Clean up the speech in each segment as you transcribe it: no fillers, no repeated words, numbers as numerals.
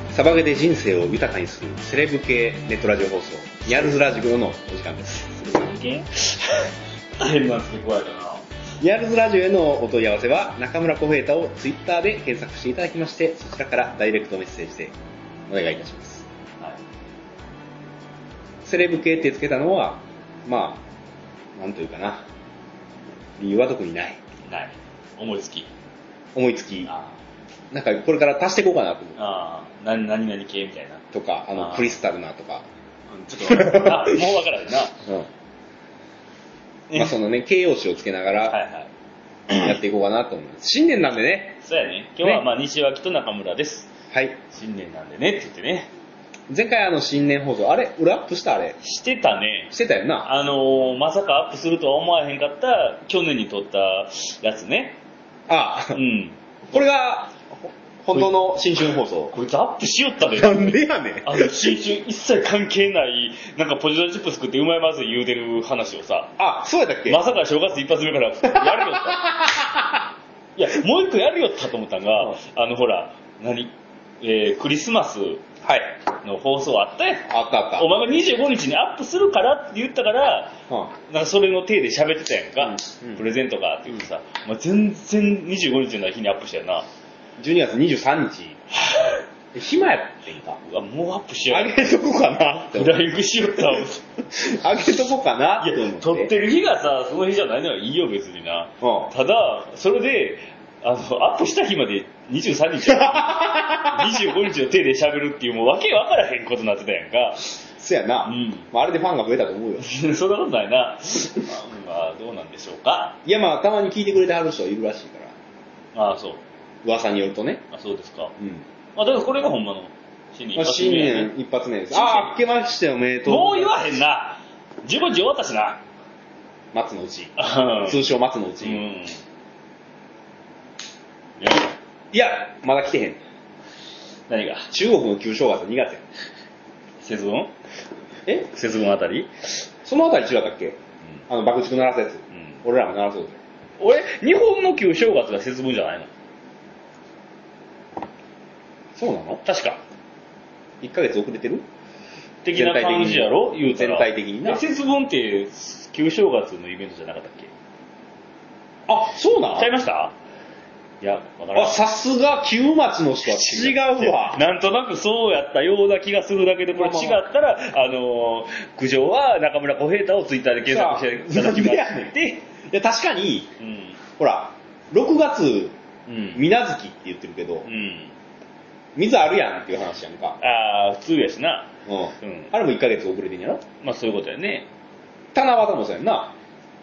サバゲで人生を豊かにするセレブ系ネットラジオ放送、ニャルズラジオのお時間です。 セレブ系変なんすけど怖いかな。 ニャルズラジオへのお問い合わせは、中村小平太をツイッターで検索していただきまして、そちらからダイレクトメッセージでお願いいたします。はい。セレブ系ってつけたのは、まあ、なんというかな。理由は特にない。 ない。思いつき。 なんかこれから足していこうかなと思う。 何々系みたいな。 とか、クリスタルなとか。 ちょっと、もう分からんな。 まあそのね、形容詞をつけながら、やっていこうかなと思います。新年なんでね。 そうやね。今日はまあ西脇と中村です。 はい。 新年なんでねって言ってね。 前回新年放送、あれ俺アップしたあれしてたね。 してたよな。 まさかアップするとは思わへんかった去年に撮ったやつね。 うん。これが、本当の新春放送。 こいつアップしよったで。 なんでやねん。 新春一切関係ない、なんかポテトチップ作ってうまいまずい言うてる話をさ。 そうやったっけ。 まさか正月一発目からやるよった。いや、もう一個やるよったと思ったんが、ほら、クリスマスの放送あったやん。 あった。 お前が25日にアップするからって言ったから、なんかそれの体で喋ってたやんか。プレゼントかって言ってさ、全然25日の日にアップしたよな。 12月23日。暇やってんか。 もうアップしよう。 あげとこかなって。 フライングしよった。 あげとこかなって思って。 撮ってる日がさ、その日じゃないのはいいよ別にな。ただ、それで、アップした日まで23日25日の手で喋るっていうもうわけわからへんことになってたやんか。 そやな。あれでファンが増えたと思うよ。 そんなことないな。まあどうなんでしょうか。 いやまあたまに聞いてくれてはる人いるらしいから。 そう。 噂によるとね。 そうですか。だからこれがほんまの新年一発目です。明けましておめでとう。 もう言わへんな。15日終わったしな。 松の内。通称松の内。いや、まだ来てへん。 何が？ 中国の旧正月2月や。 節分？節分あたり？ そのあたり違ったっけ？爆竹鳴らすやつ。俺らも鳴らそうぜ。 日本の旧正月が節分じゃないの？ そうなの？ 確か。 1ヶ月遅れてる？ 的な感じやろ？言うたら。 全体的にな。 節分って旧正月のイベントじゃなかったっけ？ そうなの？ ちゃいました？いや、わからない。 さすが旧町の人は違うわ。 なんとなくそうやったような気がするだけで、これ違ったら、苦情は中村小平太をツイッターで検索していただきまして。 いや、確かに、ほら、6月、水無月って言ってるけど、水あるやんっていう話やんか。 普通やしな。 あれも1ヶ月遅れてんやろ？ まあそういうことやね。 七夕もそうやんな。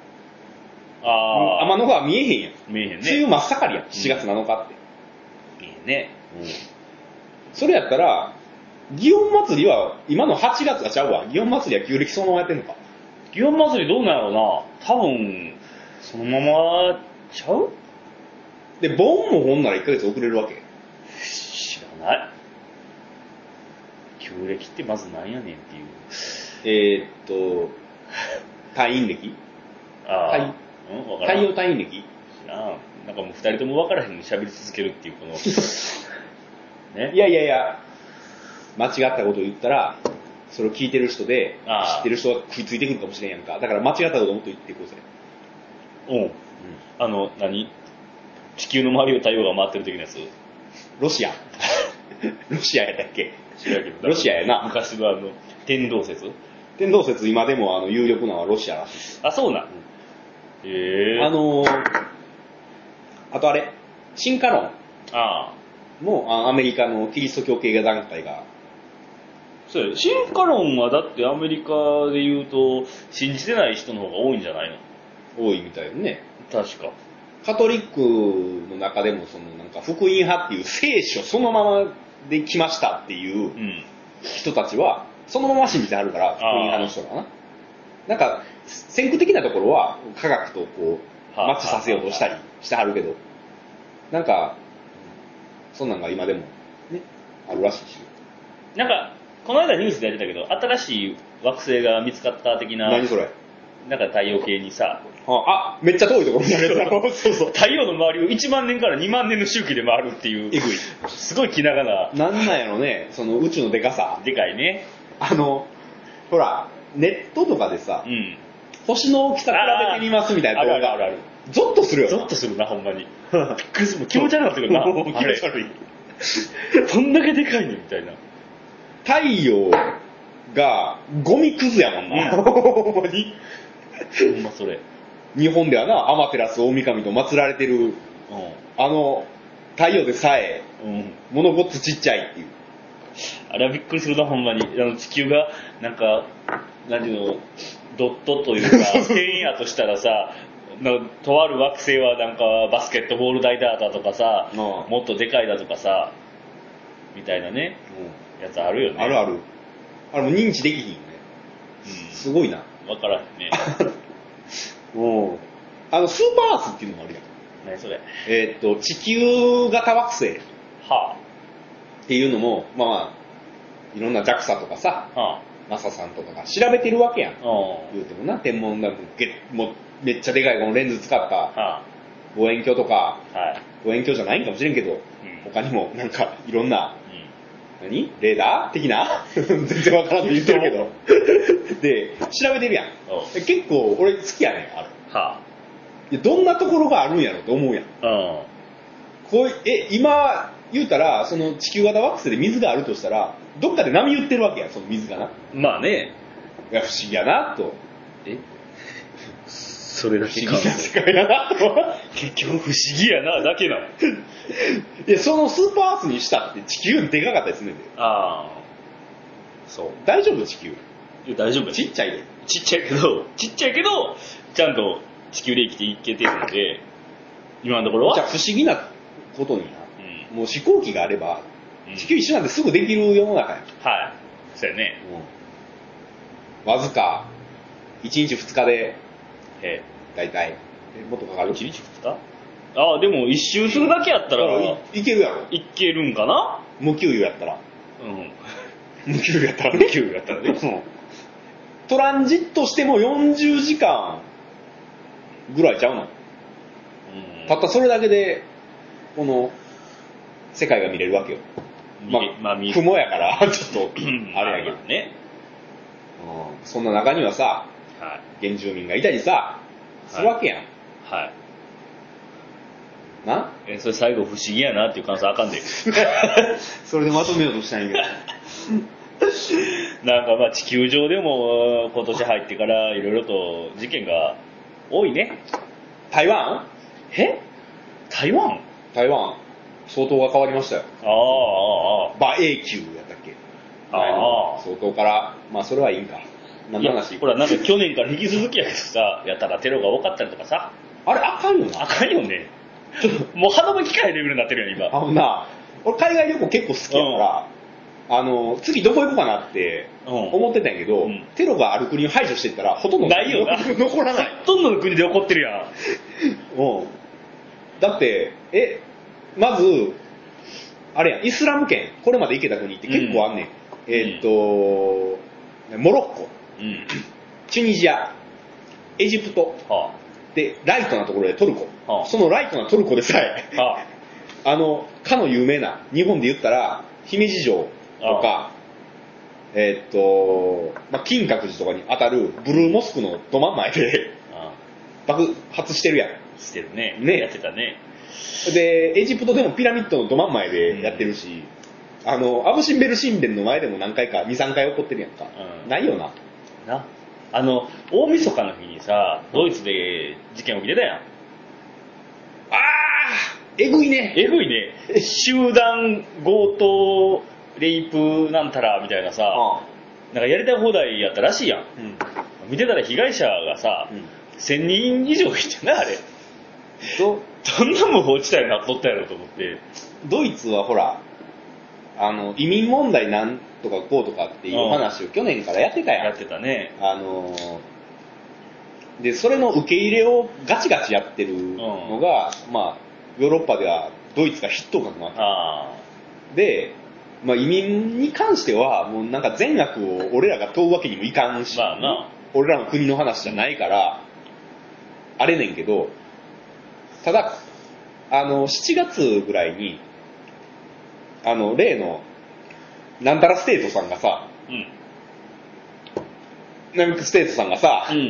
天の川見えへんやん。 見えへんね。 梅雨真っ盛りやん。7月7日って。 見えへんね。 それやったら、祇園祭りは、今の8月がちゃうわ。祇園祭りは旧暦そのままやってんのか。 祇園祭りどうなんやろうな。多分、そのままちゃう？ で、盆もほんなら1ヶ月遅れるわけ。 知らない。旧暦ってまずなんやねんっていう。退院暦？太陽退院暦？ なんかもう2人とも分からへんのに喋り続けるっていうこのね。いや間違ったことを言ったらそれを聞いてる人で知ってる人が食いついてくるかもしれんやんか。だから間違ったことをもっと言ってください。 何？地球の周りを太陽が回ってる的なやつ？ ロシアやったっけ？ 知らんけど。 ロシアやな。 昔の天動説今でも有力なのはロシアらしい。 そうなん。 あとあれ、進化論もアメリカのキリスト教系団体が。 そうや、進化論はだってアメリカで言うと信じてない人の方が多いんじゃないの？ 多いみたいよね。 確か。 カトリックの中でもなんか福音派っていう聖書そのままで来ましたっていう人たちはそのまま信じてあるから、福音派の人がな。なんか先駆的なところは科学とこうマッチさせようとしたりしてはるけど、なんかそんなんが今でもねあるらしいし。 なんかこの間ニュースでやってたけど、新しい惑星が見つかった的な。 何それ？ なんか太陽系にさ、 めっちゃ遠いところにあるやつだろ。そうそう。 太陽の周りを1万年から2万年の周期で回るっていう、 えぐい。 すごい気長な。 なんなんやろね、その宇宙のでかさ。 でかいね。 ほら、ネットとかでさ、星の大きさ比べてみますみたいな動画ある。 ゾッとするよ。 ゾッとするな、ほんまに。びっくりする。気持ち悪くなってくるな。 気持ち悪い。 そんだけでかいねみたいな。 太陽がゴミくずやもんな。ほんまに。 ほんまそれ。 日本ではな、アマテラス大神と祀られてる、太陽でさえ、物ごっつちっちゃいっていう。 あれはびっくりするな、ほんまに。地球が、なんか、なんていうの、ドットというか、点やとしたらさ、とある惑星はなんかバスケットボール台だとかさ、もっとでかいだとかさ、みたいなね、やつあるよね。 あるある。あれも認知できひんよね。すごいな。 わからんね。 スーパーアースっていうのもあるやん。 何それ。 地球型惑星。っていうのも、いろんな JAXA とかさ、NASA さんとかが調べてるわけやん。言うてもな、天文学もうめっちゃでかいこのレンズ使った望遠鏡とか、望遠鏡じゃないんかもしれんけど、他にもなんかいろんな、レーダー的な全然わからんって言ってるけど。で、調べてるやん。結構俺好きやねん、あれ。どんなところがあるんやろって思うやん。今言うたら、その地球型惑星で水があるとしたら、どっかで波打ってるわけやん、その水がな。 まあね。 いや、不思議やな、と。 それだけ不思議な世界だな、と。 結局不思議やな、だけなの。 いや、そのスーパーアースにしたって地球よりでかかったりするんだよ。そう。大丈夫、地球。 いや、大丈夫。 ちっちゃいで。 ちっちゃいけど、ちゃんと地球で生きていけてるので、今のところは。 じゃあ不思議なことにな。もう飛行機があれば、地球一緒なんですぐできる世の中や。 そうやね。 わずか、1日2日で、だいたい、もっとかかる ?1 日2日？でも一周するだけやったら、 いけるやろ。 いけるんかな？ 無給油やったら。無給油やったらね。トランジットしても40時間ぐらいちゃうの？たったそれだけで、この、世界が見れるわけよ。雲やから、ちょっと、あれやけどね。そんな中にはさ、原住民がいたりさ、するわけやん。な？ それ最後不思議やなっていう感想あかんで。 それでまとめようとしたんやけど。 なんか地球上でも今年入ってからいろいろと事件が多いね。 台湾？ 台湾相当が変わりましたよ。馬英九やったっけ？相当から、それはいいんか。何の話？ ほら、なんか去年から引き続きやけどさ、やったらテロが多かったりとかさ。 あれ、あかんよな。 あかんよね。もう鼻も利かないレベルになってるやん、今。 俺海外旅行結構好きやから、次どこ行こうかなって思ってたんやけど、テロがある国を排除していったら、ほとんどないよな。 残らない。 ほとんどの国で起こってるやん。 だって、まず、あれやん、イスラム圏、これまで行けた国って結構あんねん。モロッコ、チュニジア、エジプト、で、ライトなところでトルコ。そのライトなトルコでさえ、かの有名な、日本で言ったら、姫路城とか、金閣寺とかに当たるブルーモスクのど真ん前で、爆発してるやん。 してるね。やってたね。 で、エジプトでもピラミッドのど真ん前でやってるし、アブ・シンベル神殿の前でも何回か、2、3回起こってるやんか。ないよな。 大晦日の日にさ、ドイツで事件起きてたやん。 えぐいね。 集団強盗、レイプなんたらみたいなさ、なんかやりたい放題やったらしいやん。見てたら被害者がさ、1000人以上いてな、あれ。どんな無法地帯になっとったやろと思って。 ドイツはほら、移民問題なんとかこうとかっていう話を去年からやってたやん。 やってたね。 で、それの受け入れをガチガチやってるのが、ヨーロッパではドイツが筆頭格になってで、移民に関しては、もうなんか善悪を俺らが問うわけにもいかんし、 俺らの国の話じゃないから、あれねんけど、ただ、7月ぐらいに、例の、なんたらステートさんがさ、うん、ナミックステートさんがさ、うんうん、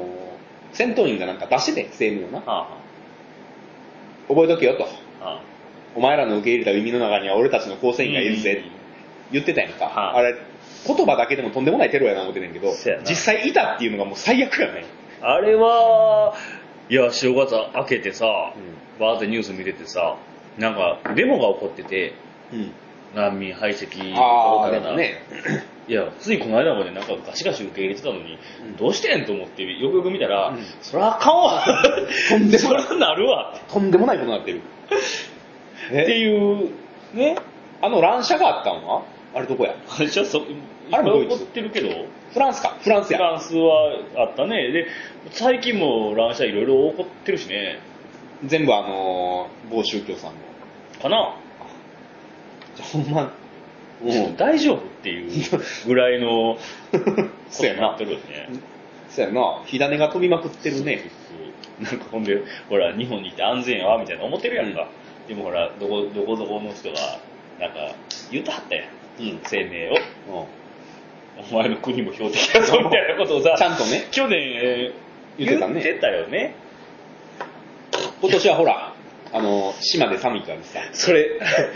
戦闘員がなんか出してて、声明をな。はあはあ、覚えとけよと。はあ、お前らの受け入れた海の中には俺たちの構成員がいるぜ、言ってたやんか。はあ、あれ、言葉だけでもとんでもないテロやな思ってんねんけど、実際いたっていうのがもう最悪やね。 あれは、いや、正月明けてさ、バーってニュース見ててさ、なんか、デモが起こってて、うん、難民排斥とかね。 いや、ついこの間までなんかガシガシ受け入れてたのに、うん、どうしてんと思ってよくよく見たら、うん、そりゃあかんわとんでもない。そりゃなるわとんでもないことになってる。 っていう、ね。 乱射があったんはあれどこや乱射あれも起こってるけど。 フランスか。フランスや。 フランスはあったね。で、最近も乱射いろいろ起こってるしね。 全部某宗教さんの。 かな。 じゃほんま、 大丈夫っていうぐらいのそうやな。 ってるよね。 そうやな。火種が飛びまくってるね。 なんかほんで、ほら、日本にいて安全やわ、みたいな思ってるやんか。でもほら、どこの人が、なんか、言うとはったやん。声明を。お前の国も標的だぞ、みたいなことをさ、 ちゃんとね。 去年、言ってたよね。 今年はほら、島で寒いからさ。 それ。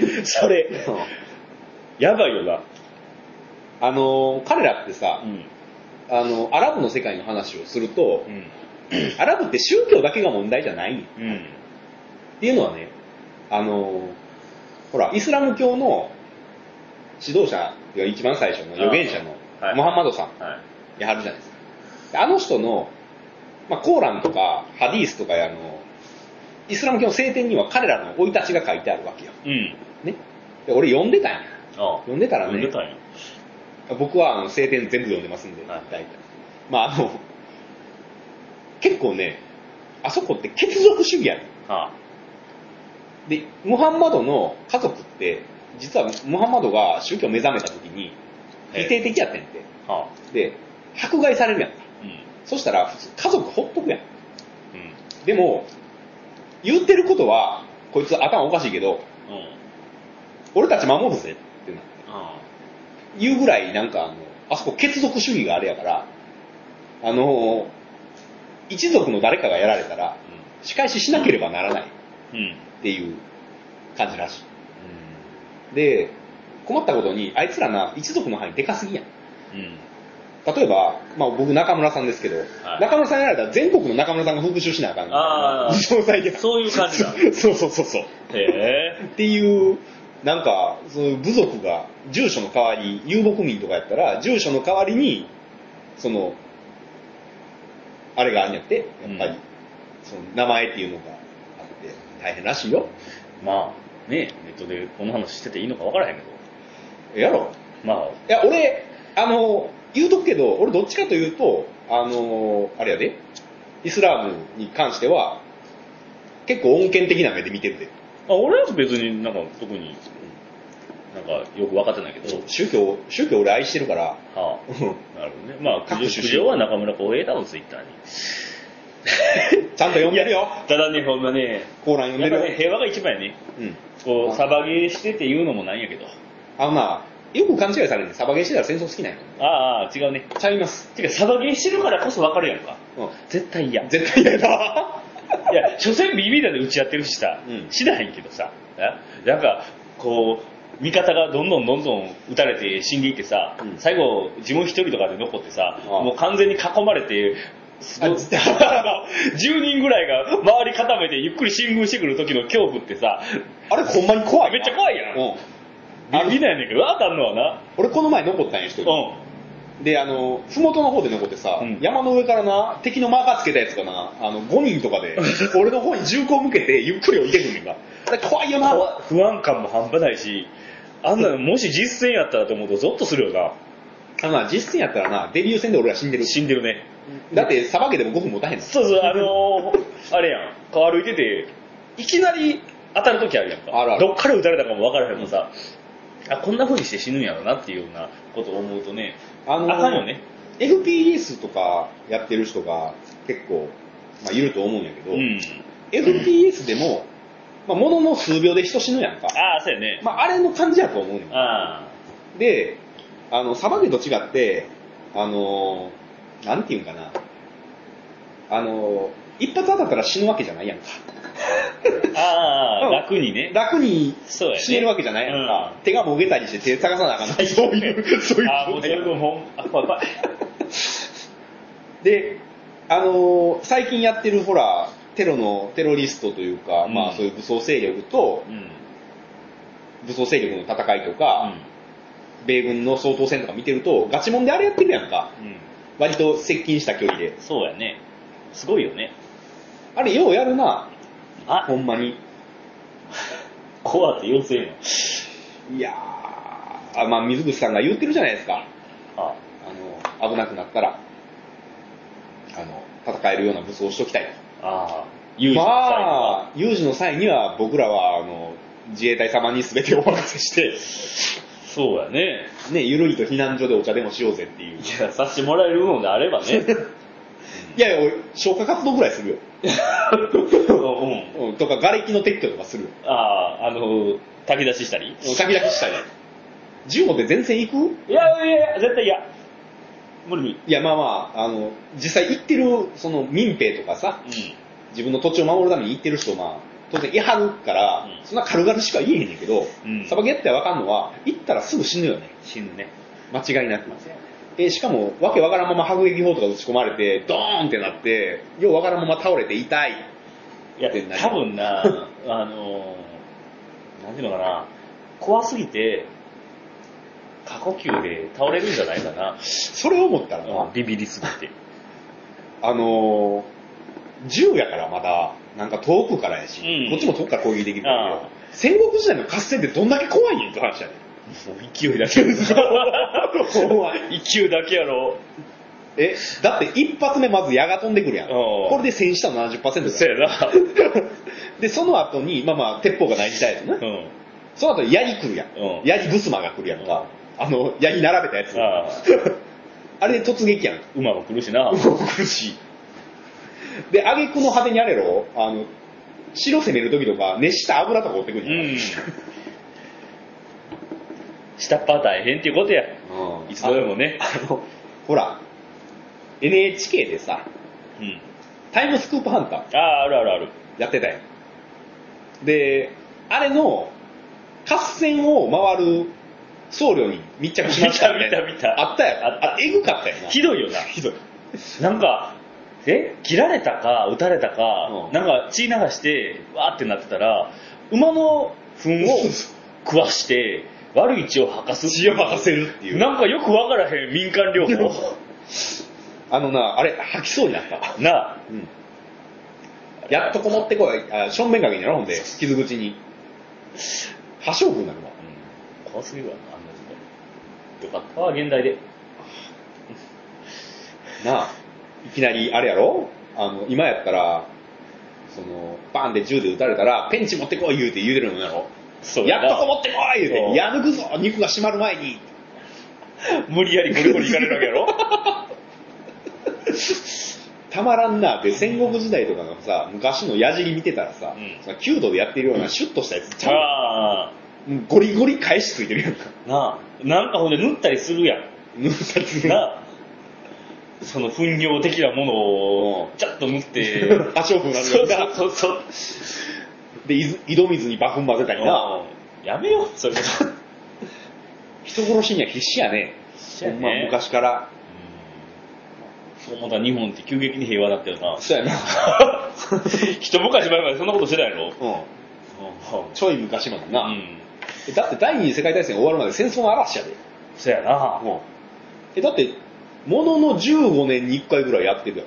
やばいよな。 彼らってさ、アラブの世界の話をすると、アラブって宗教だけが問題じゃない、っていうのはね、ほら、イスラム教の指導者が一番最初の預言者のムハンマドさん、やはるじゃないですか。あの人の、コーランとかハディースとかイスラム教の聖典には彼らの生い立ちが書いてあるわけよ。ね、で俺読んでたんや。読んでたらね、僕は聖典全部読んでますんで、大体。結構ね、あそこって血族主義やねん。で、ムハンマドの家族って、実はムハンマドが宗教を目覚めた時に、否定的やってんて。で、迫害されるやんか。そしたら、普通家族ほっとくやん。でも、言ってることは、こいつ頭おかしいけど、俺たち守るぜってなって。言うぐらい、なんかあそこ血族主義があれやから、一族の誰かがやられたら、仕返ししなければならないっていう感じらしい。で、困ったことに、あいつらな、一族の範囲でかすぎやん。例えば、僕中村さんですけど、中村さんやられたら全国の中村さんが復讐しなあかんみたいな。そういう感じだ。 そう。っていう、なんか、そういう部族が住所の代わり、遊牧民とかやったら、住所の代わりに、あれがあるんやって、やっぱり、その名前っていうのがあって大変らしいよ。 ネットでこの話してていいのか分からへんけど。 やろ。いや、俺、言うとくけど、俺どっちかというと、あれやで、イスラームに関しては、結構恩恵的な目で見てるで。 俺は別になんか特に、なんかよく分かってないけど。 宗教俺愛してるから。 なるほどね。苦情は中村浩平だろ、ツイッターに。 ちゃんと読んでるよ。 ただね、ほんまね、 コーラン読んでるよ。 やっぱね、平和が一番やね。こう、サバゲーしてて言うのもなんやけど。 よく勘違いされるね。サバゲーしてたら戦争好きなんや。 違うね。 ちゃいます。 てか、サバゲーしてるからこそ分かるやんか。絶対嫌。 絶対嫌だ。 いや、所詮ビビだで打ち合ってるしさ、しないけどさ、なんか、こう、味方がどんどん撃たれて死んでいってさ、最後自分一人とかで残ってさ、もう完全に囲まれて、10人ぐらいが周り固めてゆっくり進軍してくる時の恐怖ってさ、 あれほんまに怖い。 めっちゃ怖いやん。ビビなんやねんけど、あかんのはな。 俺この前残ったんや、一人。で、ふもとの方で残ってさ、山の上からな、敵のマーカーつけたやつがな、5人とかで、俺の方に銃口向けてゆっくり置いてくんねんが。怖いよな。 不安感も半端ないし、あんなのもし実戦やったらと思うとゾッとするよな。 実戦やったらな、デビュー戦で俺ら死んでる。 死んでるね。 だって、さばけでも5分持たへんの。 そう、あれやん、歩いてて、いきなり当たる時あるやんか。どっから撃たれたかも分からへんもさ、こんな風にして死ぬんやろなっていうようなことを思うとね、あかんよね。 FPS とかやってる人が結構、まあ、いると思うんやけど、 うん。 FPS でも、まあ、ものの数秒で人死ぬやんか。 ああ、そうやね。 まあ、あれの感じやと思うねん。 あで、サバゲと違って、なんていうんかな。一発当たったら死ぬわけじゃないやんか。 あ。ああ、 うん楽にね。 楽にそうやね。 死ねるわけじゃないやんか。 うん手がもげたりして手探さなあかんない。そういう、そういう。 ああ、もうそれともう、あ、怖い怖い。 で、最近やってるほら、テロリストというか、まあそういう武装勢力と、武装勢力の戦いとか、米軍の総統戦とか見てると、ガチモンであれやってるやんか。割と接近した距離で。 そうやね。すごいよね。 あれようやるな。 あ、 ほんまに。 コアって要請の。 いやー、まあ水口さんが言ってるじゃないですか。 あ、 危なくなったら、戦えるような武装をしときたいと。 ああ、有事の際には。 まあ、有事の際には僕らは、自衛隊様に全てお任せして、 そうやね。 ね、ゆるりと避難所でお茶でもしようぜっていう。 いや、させてもらえるのであればね。 いやいや、俺、消火活動ぐらいするよ。 うん。 とか、瓦礫の撤去とかするよ。 ああ、炊き出ししたり炊き出ししたり。銃持って前線行く？ いや、絶対嫌。無理。 いや、まあまあ、実際行ってる、その民兵とかさ、自分の土地を守るために行ってる人、まあ、当然いはるから、そんな軽々しか言えへんねんけど、さばきやってわかんのは、行ったらすぐ死ぬよね。 死ぬね。 間違いなく。しかも、わけわからんまま迫撃砲とか撃ち込まれて、ドーンってなって、ようわからんまま倒れて痛い。 いや、多分な、なんていうのかな、怖すぎて、過呼吸で倒れるんじゃないかな。 それを思ったらな、 ビビりすぎて。 銃やからまだ、なんか遠くからやし、こっちも遠くから攻撃できるから戦国時代の合戦ってどんだけ怖いねんって話やねん。 もう勢いだけ。勢いだけやろ。 だって一発目まず矢が飛んでくるやん。これで戦死者の 70% そうやな。 で、その後に、まあまあ、鉄砲がない時代やとね。その後槍来るやん。槍ブスマが来るやんか。槍並べたやつ。あれで突撃やん。 馬も来るしな。 馬も来るし。で、挙句の果てにあれろ、城攻める時とか、熱した油とか追ってくるやん。 下っ端大変っていうことや。いつでもね。 ほら、NHK でさ、タイムスクープハンター。 あるあるある。 やってたやん。で、あれの、合戦を回る僧侶に密着しましたみたいな。 見た。 あったやん。あ、えぐかったやんな。 ひどいよな。 ひどい。 なんか、切られたか、撃たれたか、なんか血流して、わーってなってたら、馬の糞を食わして、悪い血を吐かす。 血を吐かせるっていう。 なんかよくわからへん民間療法。 あれ、吐きそうになった。 なあ。 やっとこもってこい。正面掛けにやろ、ほんで、傷口に。破傷風になるわ。 怖すぎるわな、あんな時代。よかったわ、現代で。 なあ、いきなり、あれやろ今やったら、バーンで銃で撃たれたら、ペンチ持ってこい言うてるのやろ。やっとこもってこい言うて、や抜くぞ肉が締まる前に。 無理やりゴリゴリいかれるわけやろ。 たまらんなって、戦国時代とかのさ、昔の矢尻見てたらさ、弓道でやってるようなシュッとしたやつちゃう。ゴリゴリ返しついてるやんか。 なあ。なんかほんで縫ったりするやん。 縫ったりする。 なあ。その粉尿的なものを、ちゃっと塗って、 破傷風になるんだ。 そう。 で、井戸水に馬粉混ぜたりな。 やめよう、それ。 人殺しには必死やね。ほんま昔から。 そう思ったら日本って急激に平和だったよな。 そうやな。 一昔前までそんなことしてないの？ ちょい昔までな。だって第二次世界大戦終わるまで戦争の嵐やで。 そうやな。 だって、ものの15年に1回ぐらいやってるや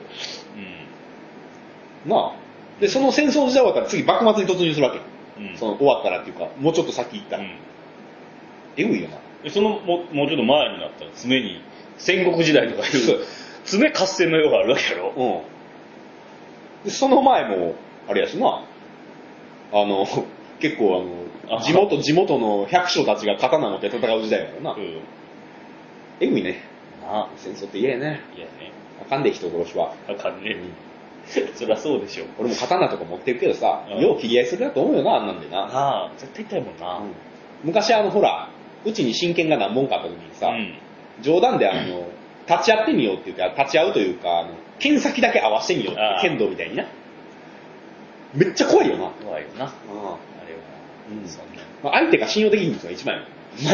ろ。なあ。で、その戦争の時代終わったら次幕末に突入するわけ。終わったらっていうか、もうちょっと先行ったら。えぐいよな。 もうちょっと前になったら常に戦国時代とかいう常合戦の世があるわけやろ。 でその前もあれやしな、結構地元の百姓たちが刀持って戦う時代やからな。えぐいね。 戦争って嫌やね。 嫌やね。 あかんで、人殺しは。 あかんね。そりゃそうでしょ。 俺も刀とか持ってるけどさ、よう切り合いするなと思うよな、あんなんでな。 ああ、絶対痛いもんな。 昔ほら、うちに真剣が何本かあった時にさ、冗談で立ち会ってみようって言って、立ち会うというか、剣先だけ合わせてみようって、剣道みたいにな。めっちゃ怖いよな。 怖いよな。あれは。 相手が信用できるんですよ、一番よ。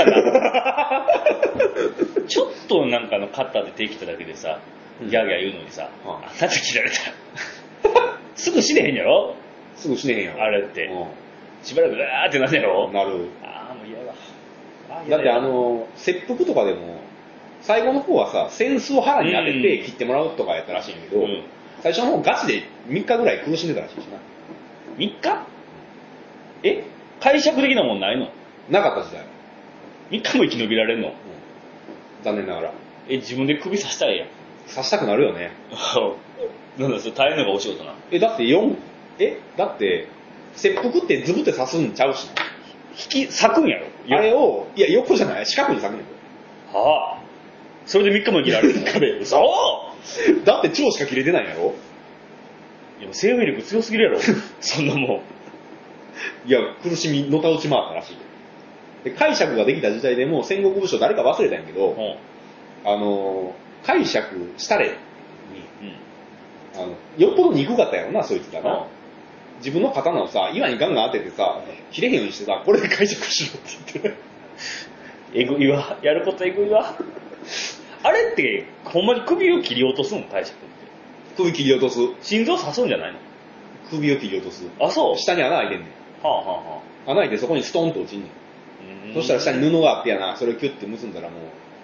ちょっとなんかのカッターで手切っただけでさ、ギャーギャー言うのにさ、あんなで切られた。すぐ死ねへんやろ？ すぐ死ねへんやろ。 あれって。しばらくガーってなるやろ？ なる。 ああ、もう嫌だ。 だって切腹とかでも、最後の方はさ、扇子を腹に当てて切ってもらうとかやったらしいんだけど、最初の方ガチで3日ぐらい苦しんでたらしいしな。 3日？解釈的なもんないの？ なかった時代。 3日も生き延びられんの？ 残念ながら。 自分で首刺したらええやん。 刺したくなるよね。 なんだそれ大変なのがお仕事な。 だって切腹ってズブって刺すんちゃうしな。 裂くんやろ。 あれを、いや横じゃない、四角に裂くんやろ。はあ。それで3日も生きられるの？3日で。そう。 だって腸しか切れてないんやろ。 いや生命力強すぎるやろ。そんなもん。 いや苦しみのたうち回ったらしい。で解釈ができた時代でもう戦国武将誰か忘れたんやけど、解釈したれに、よっぽど憎かったやろな、そいつがな。自分の刀をさ、岩にガンガン当ててさ、切れへんようにしてさ、これで解釈しろって言って。 えぐいわ。やることえぐいわ。あれって、ほんまに首を切り落とすの？解釈って。 首切り落とす。 心臓刺すんじゃないの？ 首を切り落とす。 あ、そう？ 下に穴開いてんねん。穴開いてそこにストンと落ちんねん。そしたら下に布があってやな、それをキュッて結んだらもう。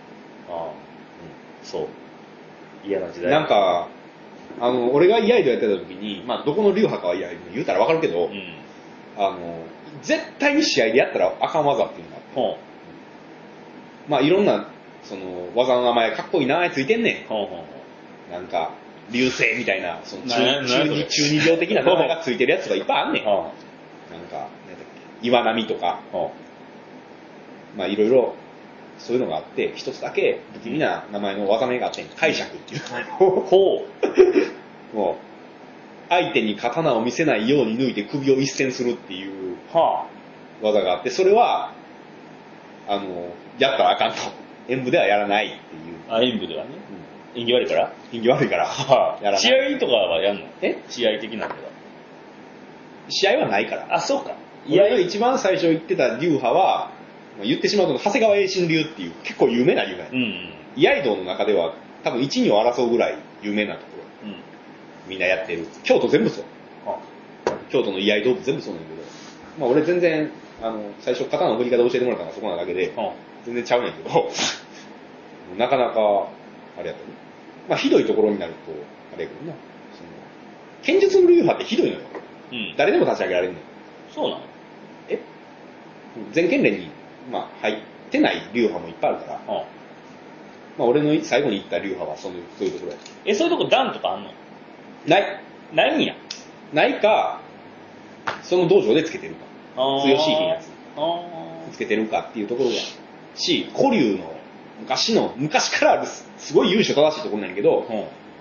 そう。嫌な時代。 なんか、俺が居合道やってた時に、まあ、どこの流派かは言うたらわかるけど、絶対に試合でやったらあかん技っていうのがあって、まあ、いろんな、技の名前かっこいい名前ついてんねん。なんか、流星みたいな、中二病的な名前がついてるやつがいっぱいあんねん。なんか、なんだっけ、岩波とか、まあ、いろいろ、そういうのがあって、一つだけ不気味な名前の技名があって、解釈っていう名前を、もう、相手に刀を見せないように抜いて首を一閃するっていう技があって、それは、やったらあかんと。演武ではやらないっていう。 演武ではね。縁起悪いから？ 縁起悪いから。 やらない。試合とかはやんの？試合的なのけど。 試合はないから。 あ、そうか。 俺が一番最初言ってた流派は、言ってしまうと長谷川栄心流っていう結構有名な流派や。居合道の中では多分一二を争うぐらい有名なところ。みんなやってる。京都全部そう。京都の居合道部全部そうなんだけど、まあ俺全然、最初刀の振り方教えてもらったのがそこなだけで、全然ちゃうねんけど、なかなか、あれやったね。まあひどいところになると、あれやけどな。剣術の流派ってひどいのよ。誰でも立ち上げられるのよ。 そうなの？ 全剣連に、まあ、入ってない流派もいっぱいあるから、まあ俺の最後に行った流派はそういうところや。 そういうとこ段とかあんの？ないんや。 ないか、その道場でつけてるか。強しいへんやつ。つけてるかっていうところが。し、古流の昔からあるすごい由緒正しいところなんやけど、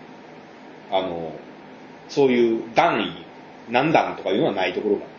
そういう段位、何段とかいうのはないところが。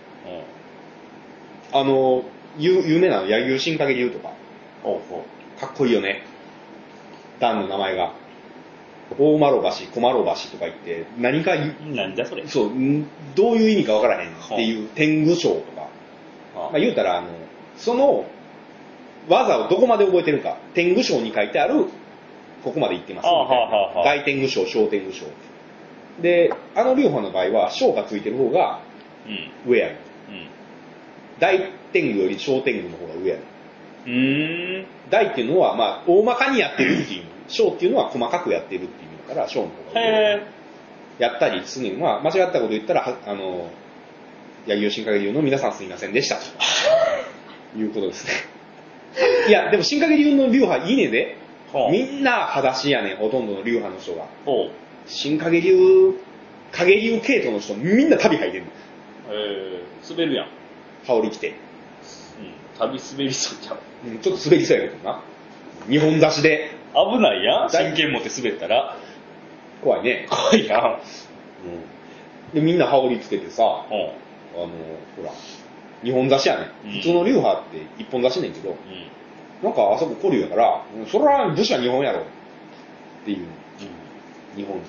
有名なの、柳生新陰流とか。かっこいいよね。段の名前が。大丸橋、小丸橋とか言って、何だそれ。 そう、どういう意味かわからへんっていう天狗章とか。まあ言うたら、その技をどこまで覚えてるか。天狗章に書いてある、ここまで言ってますみたいな。大天狗章、小天狗章。で、流派の場合は、章がついてる方が上やる。大天狗より小天狗の方が上やる。大っていうのは、まあ、大まかにやってるっていう。小っていうのは細かくやってるっていう意味だから、小の方が上。やったりするのは、間違ったこと言ったら、柳生新陰流の皆さんすみませんでした。ということですね。いや、でも新陰流の流派いいねんで。みんな裸足やねん、ほとんどの流派の人が。新陰流、影流系統の人、みんな旅入ってんの。 滑るやん。 羽織着て。 旅滑りそうちゃう。 ちょっと滑りそうやけどな。日本差しで、 危ないやん。真剣持って滑ったら。 怖いね。 怖いやん。 で、みんな羽織つけてさ、ほら、2本差しやね、普通の流派って1本差しねんけど、なんかあそこ古流やから、それは武士は2本やろっていう、2本。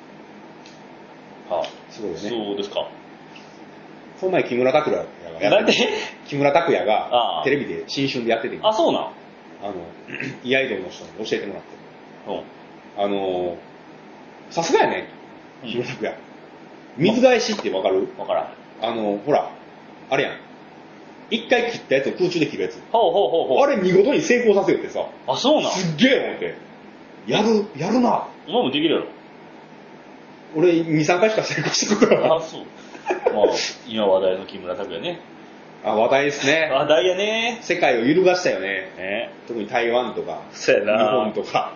すごいよね。 そうですか。 その前木村拓哉がやってて、木村拓哉がテレビで新春でやってて、 あ、そうなん。 居アイドルの人に教えてもらって、さすがやね、木村拓哉。水返しってわかる？ わからん。 ほら、あれやん。一回切ったやつを空中で切るやつ。 ほう。 あれ見事に成功させよってさ。 あ、そうなん。 すっげえ思って。やるな。 今もできるやろ。 俺2、3回しか成功したことない。 あ、そう。まあ、今話題の木村拓哉ね。 話題ですね。 話題やね。 世界を揺るがしたよね。特に台湾とか、 そうやな。 日本とか。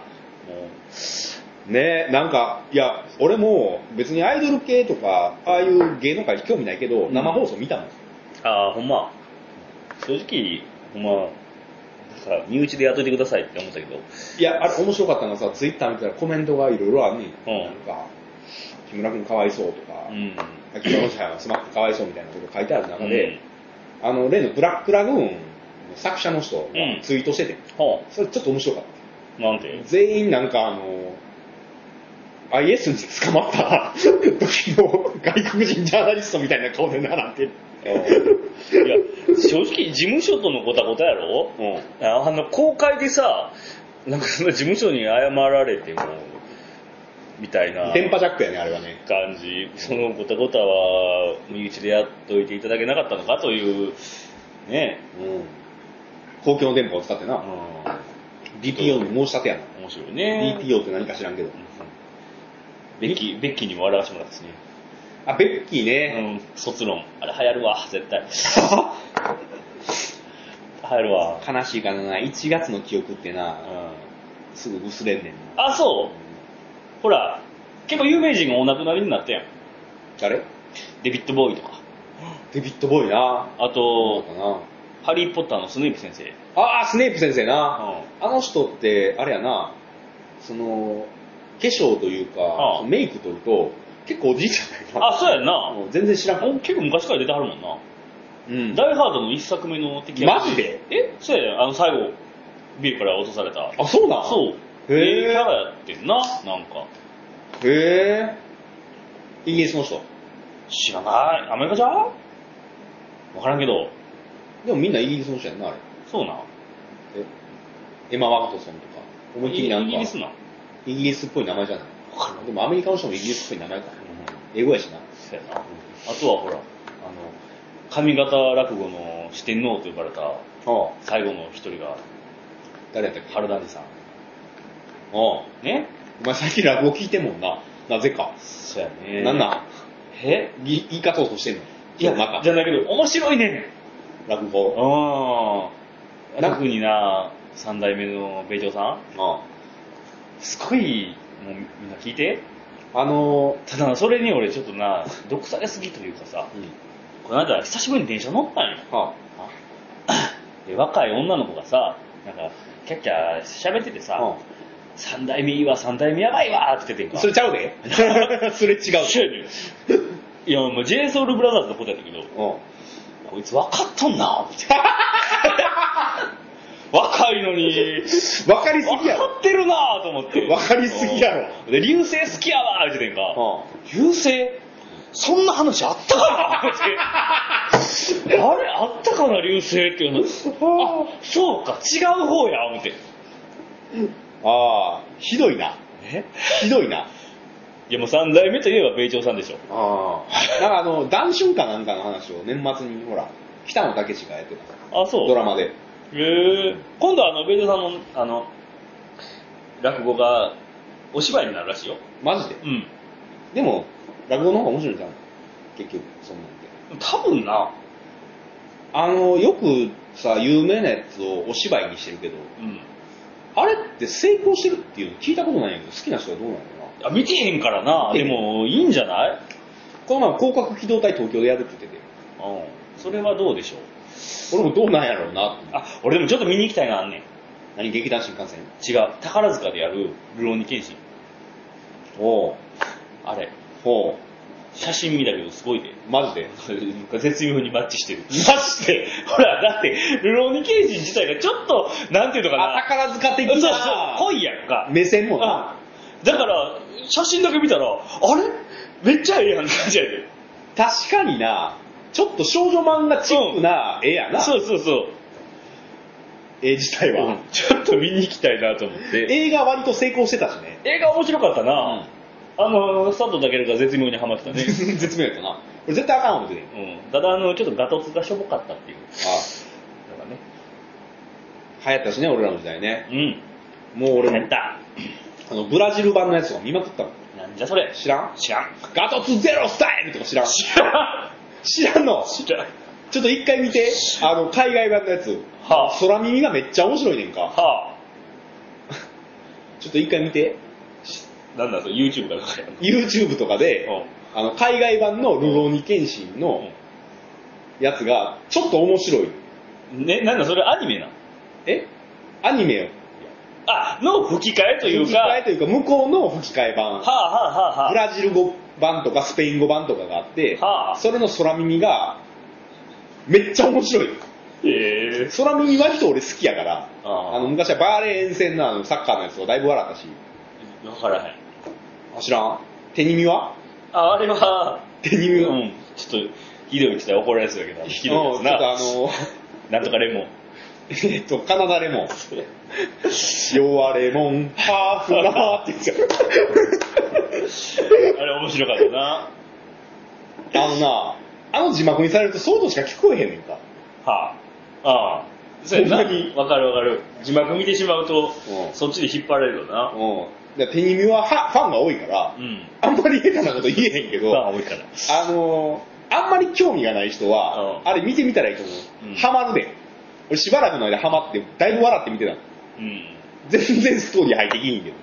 ねえ、なんか、いや、俺も別にアイドル系とか、ああいう芸能界興味ないけど、生放送見たもん。 ああ、ほんま。正直、ほんま、なんか、身内でやっといてくださいって思ったけど。 いや、あれ面白かったのはさ、ツイッター見たらコメントがいろいろあるねん。なんか、木村くんかわいそうとか、秋葉原はスマップかわいそうみたいなこと書いてある中で、例のブラックラグーンの作者の人がツイートしてて、それちょっと面白かった。 なんて？ 全員なんかIS に捕まった時の外国人ジャーナリストみたいな顔で並んでる。 いや、正直事務所とのごたごたやろ？公開でさ、なんかその事務所に謝られても、みたいな。 電波ジャックやね、あれはね。 感じ。そのごたごたは、身内でやっといていただけなかったのかという、ね。 公共の電波を使ってな。DPO に申し立てやな。 面白いね。 DPO って何か知らんけど。 ベッキーにも笑わせてもらったしね。 あ、ベッキーね。 卒論。あれ流行るわ、絶対。流行るわ。 悲しいかな。1月の記憶ってな、すぐ薄れんねんな。あ、そう。ほら、結構有名人がお亡くなりになったやん。 誰？ デビッド・ボーイとか。 デビッド・ボーイな。 あと、ハリー・ポッターのスネイプ先生。 ああ、スネイプ先生な。あの人って、あれやな、その、化粧というか、メイク取ると、結構おじいちゃんだよな。 あ、そうやんな。 全然知らん。 結構昔から出てはるもんな。ダイハードの一作目の敵役。マジで？ そうやねん。最後、ビルから落とされた。 あ、そうなん？ そう。キャラやってんな、なんか。 へイギリスの人？ 知らない。アメリカじゃん？わからんけど。 でもみんなイギリスの人やんな、あれ。 そうなん。 エマ・ワトソンとか。思いっきりなんか。 イギリスな。 イギリスっぽい名前じゃない。でもアメリカの人もイギリスっぽい名前か。英語やしな。 そうやな。あとはほら、上方落語の四天王と呼ばれた最後の一人が、 誰やったっけ？ 春団治さん。ね？ お前最近落語聞いてんもんな。なぜか。 そうやね。 なんなん？言い方をとしてんの？ いや、じゃないけど、面白いねん。落語。 特にな、三代目の米朝さん。すごい、もうみんな聞いて。ただそれに俺ちょっとな、毒されすぎというかさ、この間久しぶりに電車乗ったんよ。で、若い女の子がさ、なんか、キャッキャ喋っててさ、三代目いいわ、三代目やばいわって言っててんか。 それちゃうでそれ違う。 いや、もう JSOULBROTHERS のことやったけど、こいつ分かっとんなって。若いのに、 分かりすぎやろ。 分かってるなと思って。 分かりすぎやろ。 で、流星好きやわ言っててんか。流星そんな話あったかなって。あれあったかな流星っていうの。あ、そうか、違う方や思って。 ひどいな。ひどいな。 いやもう三代目といえば米朝さんでしょ。 なんか談春かなんかの話を年末にほら、北野武がやってた。 あ、そう。 ドラマで。 今度米朝さんの落語がお芝居になるらしいよ。 マジで？でも落語の方が面白いじゃん。結局そんなんて。多分な。 よくさ有名なやつをお芝居にしてるけど、あれって成功してるっていうの聞いたことないんやけど、好きな人はどうなのかな。 見てへんからな。でもいいんじゃない？ この前広角機動隊東京でやるって言ってて。 それはどうでしょう。 俺もどうなんやろうな。 俺でもちょっと見に行きたいなあんねん。 何、劇団新幹線？ 違う。宝塚でやる、ルローニケンシン。 おう。 あれ。 おう。 写真見たけどすごいで。 マジで絶妙にマッチしてる。 マジでほら、だって、ルローニケンシン自体がちょっと、なんていうのかな。 宝塚的な。 そうそう、濃いやんか。 目線もな。 だから、写真だけ見たら、あれめっちゃええやんって感じやで。 確かにな、ちょっと少女漫画チックな絵やな。 そうそうそう。 絵自体は、 ちょっと見に行きたいなと思って。 映画割と成功してたしね。 映画面白かったな。佐藤健が絶妙にハマってたね。 絶妙やったな。これ絶対あかん思ってね。 ただちょっとガトツがしょぼかったっていう。だからね。 流行ったしね、俺らの時代ね。 もう俺も。流行った。 ブラジル版のやつを見まくったの。 なんじゃそれ。 知らん。ガトツゼロスタイルとか知らん。知らんの。 知らん。 ちょっと一回見て、海外版のやつ。空耳がめっちゃ面白いねんか。ちょっと一回見て。 なんだそれ、YouTube か YouTube とかで、海外版のルローニケンシンのやつが、ちょっと面白い。 ね、なんだそれアニメな。 アニメよ。 の吹き替えというか。 吹き替えというか、向こうの吹き替え版。ブラジル語版とかスペイン語版とかがあって、それの空耳が、めっちゃ面白い。空耳割と俺好きやから、昔はバーレー沿線のサッカーのやつはだいぶ笑ったし。 わからへん。 知らん？手耳は？ あれは、 手耳は、 ちょっと、ひどいって言ったら怒られそうだけど、ひどいやつな。なんとかレモン。 カナダレモン。弱レモン、ハーフナーって言っちゃう。 あれ面白かったな。 字幕にされるとそうとしか聞こえへんねんか。 そうやな。わかる。字幕見てしまうと、そっちで引っ張られるよな。 手耳はファンが多いから、あんまり下手なこと言えへんけど、 ファン多いから。 あんまり興味がない人は、あれ見てみたらいいと思う。ハマるで。俺しばらくの間ハマって、だいぶ笑って見てた。全然ストーリー入ってきひんけ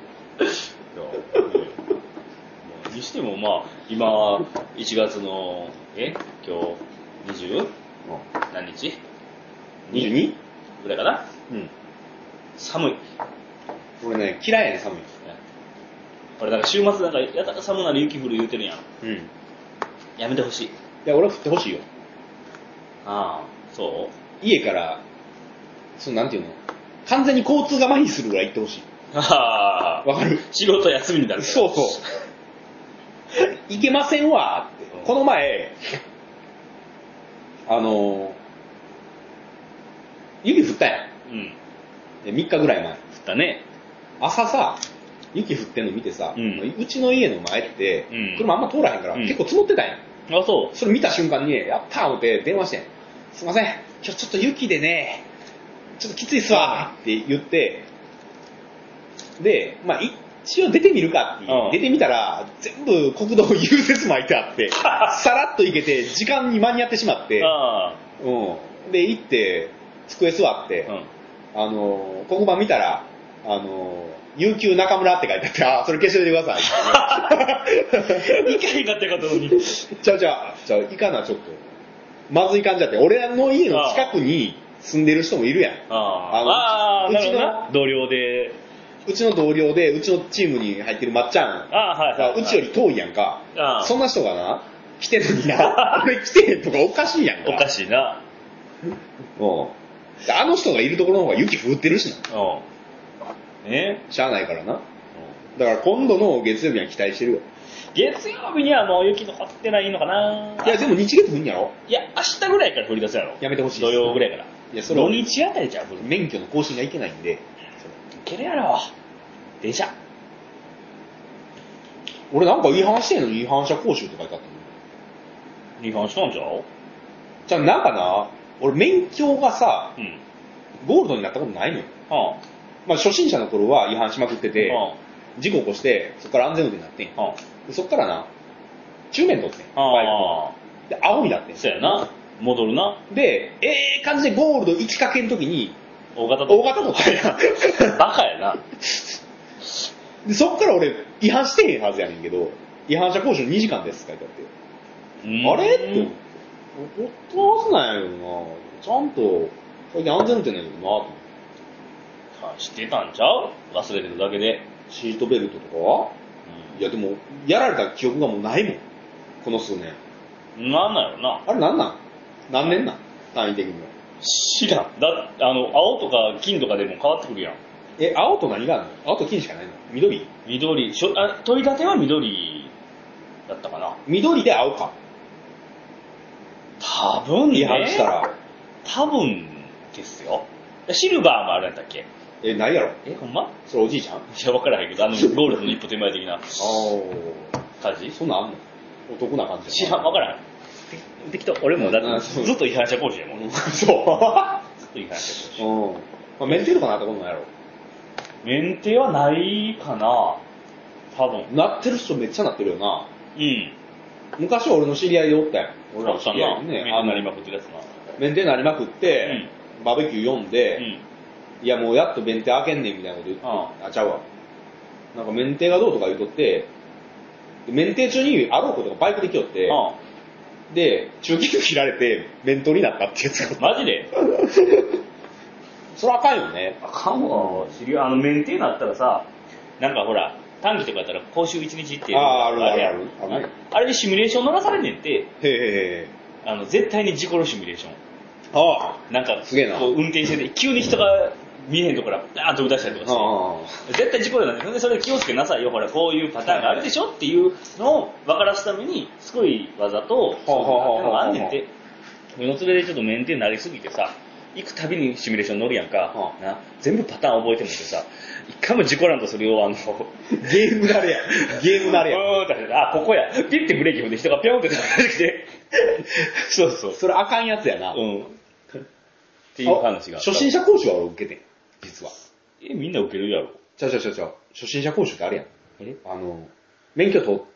ど。にしても今、1月の、今日、20？何日？ 22？ ぐらいかな？寒い。 俺ね、嫌いやねん、寒い。 俺、週末やたら寒なる雪降る言うてるやん。やめてほしい。いや、俺は降ってほしいよ。 そう？ 家から、なんていうの？完全に交通が麻痺するぐらい行ってほしい。わかる？ 仕事休みになるから。 そう。行けませんわって。この前、雪降ったやん。3日ぐらい前。降ったね。 朝さ、雪降ってんの見てさ、うちの家の前って、車あんま通らへんから、結構積もってたんやん。 そう。 それ見た瞬間に、やったー思って電話してん。すいません、今日ちょっと雪でね、ちょっときついっすわって言って、で、一応出てみるかって、出てみたら、全部国道融雪巻いてあって、さらっと行けて、時間に間に合ってしまって、で、行って、机座って、黒板見たら、有給中村って書いてあって、それ消しておいてください。 行かへんかったかったのに。 じゃあ、行かな、ちょっと。まずい感じだって。俺の家の近くに住んでる人もいるやん。 うちの同僚で。 うちの同僚で、うちのチームに入ってるまっちゃんが、うちより遠いやんか。そんな人がな、来てるのにな、俺来てへんとかおかしいやんか。 おかしいな。 あの人がいるところの方が雪降ってるしな。しゃあないからな。だから今度の月曜日は期待してるよ。 月曜日にはもう雪残ってないのかな。 いや、でも日月降んやろ。 いや、明日ぐらいから降り出すやろ。 やめてほしい。 土曜ぐらいから。 いや、それ土日あたりじゃん。 免許の更新がいけないんで。いけるやろ。電車。 俺なんか違反してんのに違反者講習って書いてあったの。違反したんちゃう？ じゃあなんかな、俺免許がさ、ゴールドになったことないのよ。初心者の頃は違反しまくってて、事故起こして、そこから安全運転になってん。そっからな、中免取ってん。バイクの。で、青になってん。 そうやな。戻るな。 で、感じでゴールド行きかけんときに、 大型取ったんや。 バカやな。 で、そっから俺、違反してへんはずやねんけど、違反者講習2時間ですって書いてあって。あれって思って。ほったはずなんやけどな。ちゃんと、最近安全運転なんやけどなと思って。 してたんちゃう？忘れてるだけで。 シートベルトとかは、いやでも、やられた記憶がもうないもん。この数年。 なんなんやろな。 あれなんなん？何年なん？単位的には。 知らん。青とか金とかでも変わってくるやん。 青と何があるの？青と金しかないの？緑？ 緑。取り立ては緑だったかな。 緑で青か。 多分ね。 違反したら。 多分ですよ。シルバーもあるやったっけ？ 何やろ？ ほんま？ それおじいちゃん？ いや、わからへんけど、ゴールドの一歩手前的な感じ？ そんなんあんの？お得な感じ。 知らん、わからへん。適当。俺もだってずっと違反者講師やもん。 そう。 ずっと違反者講師。 メンテとかなったことないやろ？ メンテはないかな。多分。 なってる人めっちゃなってるよな。 うん。 昔は俺の知り合いでおったやん。俺らの知り合いね。メンテなりまくってるやつな。 メンテなりまくって、バーベキュー読んで、いやもうやっとメンテ開けんねんみたいなこと言って、ちゃうわ。なんかメンテがどうとか言うとって、メンテ中にあろうことがバイクで来よって、で、中継切られて、メントになったってやつが。 マジで？ それあかんよね。 あかんわ。メンテになったらさ、なんかほら、短期とかやったら講習1日っていう。 ある。 あれでシミュレーション乗らされんねんって。 へー。絶対に事故るシミュレーション。なんか、 すげえな。 こう運転してて、急に人が見えへんとこから、バーンと飛び出したりとかして。絶対事故るなんで、それで気をつけなさいよ。ほら、こういうパターンがあるでしょっていうのを分からすために、すごい技と、そういうのがあんねんて。の連れでちょっとメンテになりすぎてさ、行くたびにシミュレーション乗るやんか。全部パターン覚えてもってさ、一回も事故らんとするよ、 ゲーム慣れや。 ここや。ピッてブレーキ踏んで人がピョンって出てきて。そう。 それあかんやつやな。 っていう話が。 初心者講習は俺受けてん。実は。 みんな受けるやろ。 ちゃう。初心者講習ってあるやん。免許取って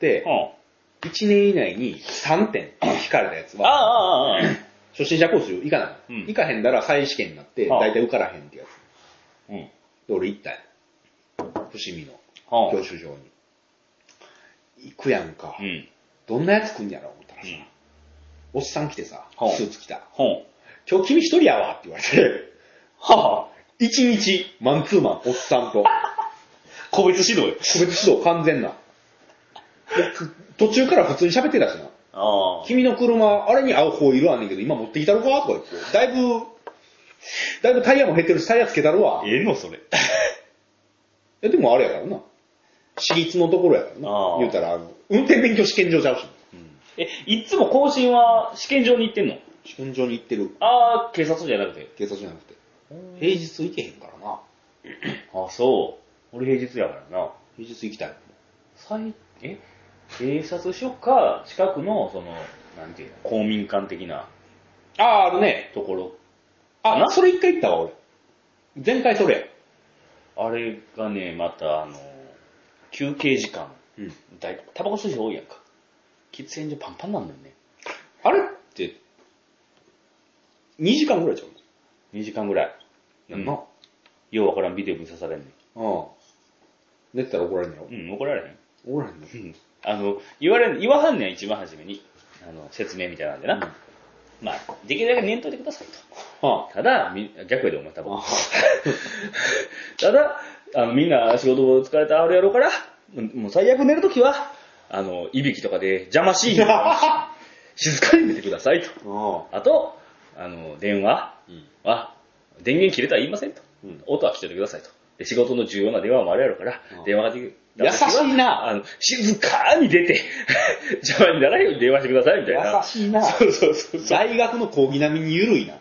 、1年以内に3点引かれたやつは、初心者講習行かない。行かへんだら再試験になって、だいたい受からへんってやつ。で、俺行ったやん。伏見の教習所に。行くやんか。どんなやつ来んやろ思ったらさ、おっさん来てさ、スーツ着た。今日君一人やわって言われて、一日マンツーマンおっさんと。 個別指導完全な。途中から普通に喋ってたしな。君の車、あれに合うホイールあんねんけど、今持ってきたろかとか言って。だいぶタイヤも減ってるし、タイヤつけたろわ。 それ。 でもあれやからな。私立のところやからな。言うたら、運転免許試験場ちゃうし。 いつも更新は試験場に行ってんの？ 試験場に行ってる。 警察じゃなくて。 警察じゃなくて。平日行けへんからな。 そう。俺平日やからな。 平日行きたい。 警察署か、近くの、なんていうの、公民館的な。 あるね。 ところ。 それ一回行ったわ、俺。前回それ。 あれがね、また、休憩時間。タバコ吸う人多いやんか。喫煙所パンパンなんだよね。 あれって、2時間ぐらいちゃう？ 2 時間ぐらい。 やんな。 ようわからんビデオ見さされんねん。 寝てたら怒られんのやろ？ 怒られへん。 怒られんの？ 言わはんねん、一番初めに。説明みたいなんでな。まあ、できるだけ念頭でくださいと。ただ、逆やでお前多分。ただ、みんな仕事疲れてあるやろうから、もう最悪寝るときは、いびきとかで邪魔しい。静かに寝てくださいと。あと、電話は、電源切れとは言いませんと。音は切っててくださいと。で、仕事の重要な電話もあるやろうから、電話ができる。 優しいな。 静かに出て、邪魔にならないように電話してくださいみたいな。 優しいな。 そう。 大学の講義並みに緩いな。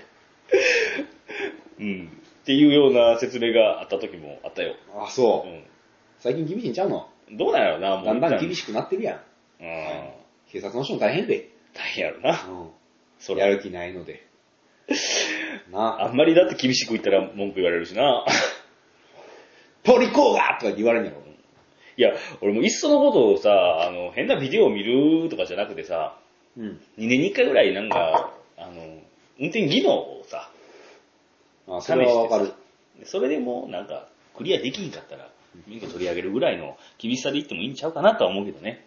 っていうような説明があった時もあったよ。 そう。最近厳しいんちゃうの？ どうなんやろな、もう。 だんだん厳しくなってるやん。警察の人も大変で。 大変やろな。 やる気ないので。 あんまりだって厳しく言ったら文句言われるしな。 取りこうがとか言われるんやろ。 いや、俺もいっそのことをさ、変なビデオを見るとかじゃなくてさ、2年に1回ぐらいなんか、運転技能をさ、 それはわかる。 それでもなんか、クリアできんかったら、免許取り上げるぐらいの厳しさでいってもいいんちゃうかなとは思うけどね。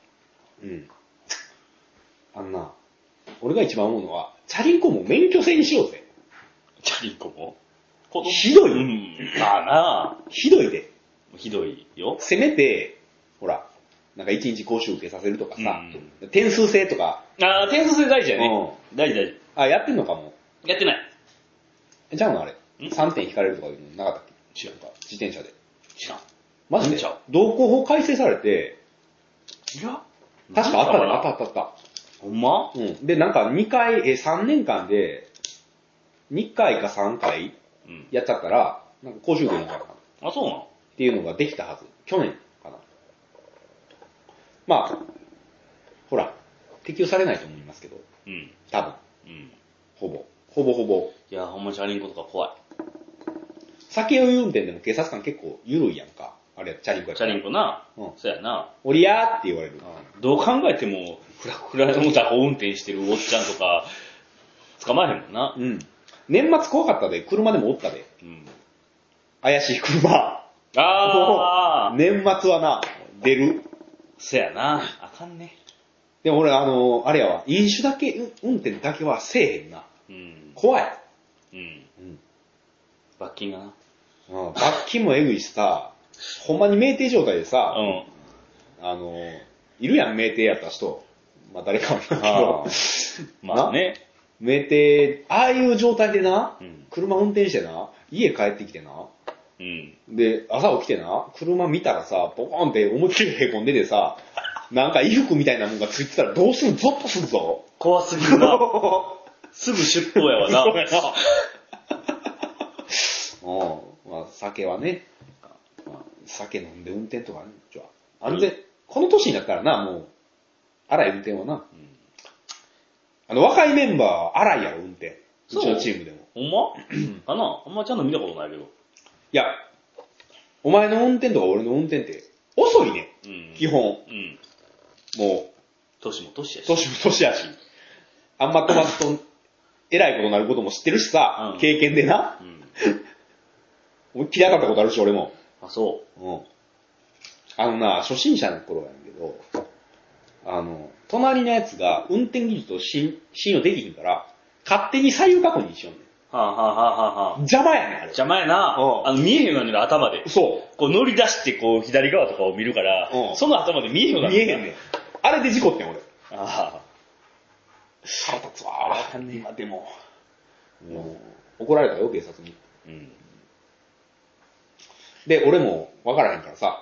俺が一番思うのは、チャリンコも免許制にしようぜ。 チャリンコもひどい。 うん。まあなひどいで。 ひどいよ。 せめて、ほら、なんか1日講習受けさせるとかさ、 うん、 点数制とか。 ああ、点数制大事やね。大事大事。 あ、やってんのかも。 やってない。 じゃあのあれ、3点引かれるとかいうのなかったっけ？知らんか。自転車で。 知らん。 マジで道交法改正されて、 いや、 確かあったね。あった。 ほんま？ うん。で、なんか3年間で、2回か3回やっちゃったら、なんか講習受けに行かなかった。 あ、そうなの？ っていうのができたはず。去年かな。まあ、ほら、適用されないと思いますけど、 うん。 多分。 うん。 ほぼ。 いや、ほんまチャリンコとか怖い。 酒酔い運転でも警察官結構緩いやんか。あれ、チャリンコやったら。 チャリンコな。うん。そうやな。 おりやーって言われる。 どう考えても、フラの蛇行運転してるおっちゃんとか、捕まえへんもんな。 うん。年末怖かったで、車でもおったで。 うん。 怪しい車。 あー。 年末はな、出る。 そやな。あかんね。 でも俺、あれやわ、飲酒だけ、運転だけはせえへんな。 うん。 怖い。 うん。 うん。 罰金がな。 うん。罰金もえぐいしさ、ほんまに酩酊状態でさ、 うん。 いるやん、酩酊やった人。まあ誰かは言うけど。 まあね。 酩酊、ああいう状態でな、 うん、 車運転してな、家帰ってきてな、 うん、 で、朝起きてな、車見たらさ、ボコーンって思いっきり凹んでてさ、なんか衣服みたいなもんがついてたらどうするゾッとするぞ。 怖すぎるな。すぐ出頭やわな。 そうやな。まあ酒はね、まあ、酒飲んで運転とかね、安全、この年になったらな、もう、荒い運転はな。若いメンバーは荒いやろ、運転。うちのチームでも。 ほんまかなあんまちゃんと見たことないけど。 いや、お前の運転とか俺の運転って遅いね。 うん、 基本。 うん。 もう、 年も年やし。 年も年やし。あんま飛ばすと、偉いことになることも知ってるしさ、 うん、 経験でな。思いっきり当たったことあるし、俺も。 あ、そう。 うん。初心者の頃やんけど、隣のやつが運転技術を信用できひんから、勝手に左右確認しようねん。 はあ、はあはあはあ、 邪魔やねん、あれ。 邪魔やな。見えへんのに頭で。 そう。 こう乗り出してこう左側とかを見るから、その頭で見えへんようになる。 見えへんねん。あれで事故ってん、俺。 ああ。 腹立つわ。今でも。怒られたよ、警察に。 うん。 で、俺も分からへんからさ、